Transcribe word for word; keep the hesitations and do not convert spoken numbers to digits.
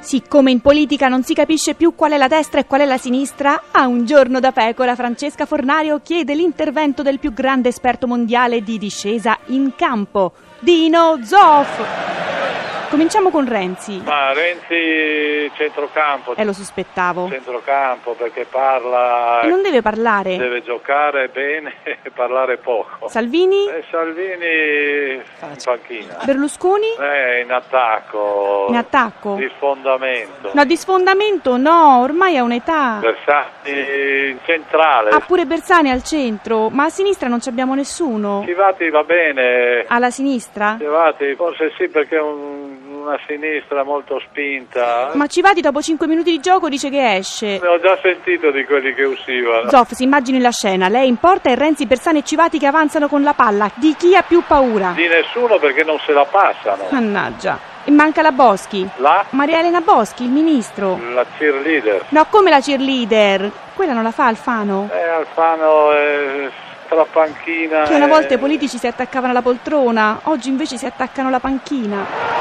Siccome in politica non si capisce più qual è la destra e qual è la sinistra, a Un giorno da pecora Francesca Fornario chiede l'intervento del più grande esperto mondiale di discesa in campo, Dino Zoff. Cominciamo con Renzi. Ma Renzi centrocampo. Eh, lo sospettavo. Centrocampo perché parla. E non deve parlare. Deve giocare bene e parlare poco. Salvini? E Salvini in panchina. Berlusconi? Eh, in attacco. In attacco? Di sfondamento. No, di sfondamento no, ormai ha un'età. Bersani in centrale. Ha pure Bersani al centro, ma a sinistra non ci abbiamo nessuno. Civati va bene. Alla sinistra? Civati forse sì, perché è un una sinistra molto spinta. Ma Civati dopo cinque minuti di gioco dice che esce. Ne ho già sentito di quelli che uscivano. Zoff, si immagini la scena, lei in porta e Renzi, Bersani e Civati che avanzano con la palla. Di chi ha più paura? Di nessuno, perché non se la passano. Mannaggia. E manca la Boschi. La? Maria Elena Boschi, il ministro. La cheerleader. No, come la cheerleader? Quella non la fa Alfano? Eh, Alfano è tra panchina. Che una e... volta i politici si attaccavano alla poltrona, oggi invece si attaccano alla panchina.